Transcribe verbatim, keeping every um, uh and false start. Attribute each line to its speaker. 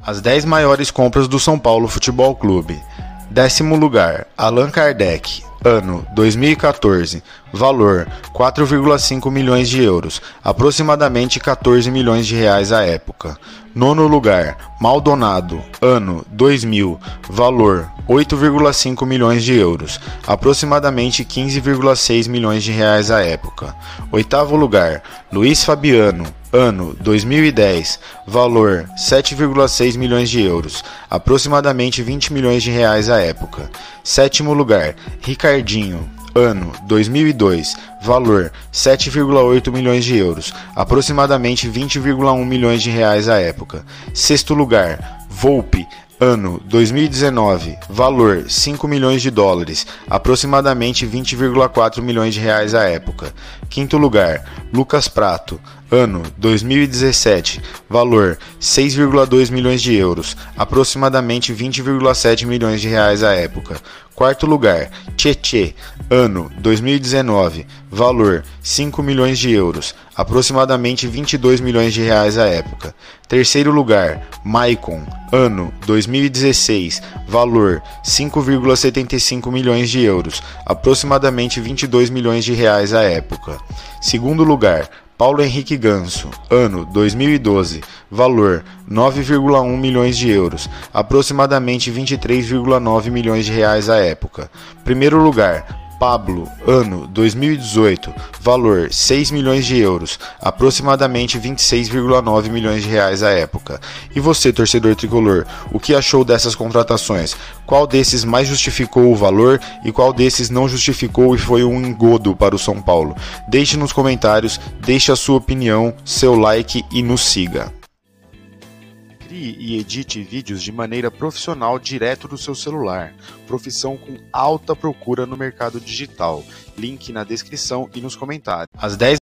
Speaker 1: As dez maiores compras do São Paulo Futebol Clube. Décimo lugar, Allan Kardec, ano dois mil e quatorze, valor quatro vírgula cinco milhões de euros, aproximadamente quatorze milhões de reais à época. Nono lugar, Maldonado, ano dois mil, valor oito vírgula cinco milhões de euros, aproximadamente quinze vírgula seis milhões de reais à época. Oitavo lugar, Luiz Fabiano, ano dois mil e dez, valor sete vírgula seis milhões de euros, aproximadamente vinte milhões de reais à época. Sétimo lugar, Ricardinho, ano dois mil e dois, valor sete vírgula oito milhões de euros, aproximadamente vinte vírgula um milhões de reais à época. Sexto lugar, Volpe, ano dois mil e dezenove, valor cinco milhões de dólares, aproximadamente vinte vírgula quatro milhões de reais à época. Quinto lugar, Lucas Prato, ano dois mil e dezessete, valor seis vírgula dois milhões de euros, aproximadamente vinte vírgula sete milhões de reais à época. Quarto lugar, Tietê, ano dois mil e dezenove, valor cinco milhões de euros, aproximadamente vinte e dois milhões de reais à época. Terceiro lugar, Maicon, ano dois mil e dezesseis, valor cinco vírgula setenta e cinco milhões de euros, aproximadamente vinte e dois milhões de reais à época. Segundo lugar, Paulo Henrique Ganso, ano dois mil e doze, valor nove vírgula um milhões de euros, aproximadamente vinte e três vírgula nove milhões de reais à época. Primeiro lugar, Pablo, ano dois mil e dezoito, valor seis milhões de euros, aproximadamente vinte e seis vírgula nove milhões de reais à época. E você, torcedor tricolor, o que achou dessas contratações? Qual desses mais justificou o valor e qual desses não justificou e foi um engodo para o São Paulo? Deixe nos comentários, deixe a sua opinião, seu like e nos siga. Crie e edite vídeos de maneira profissional direto do seu celular. Profissão com alta procura no mercado digital. Link na descrição e nos comentários. As dez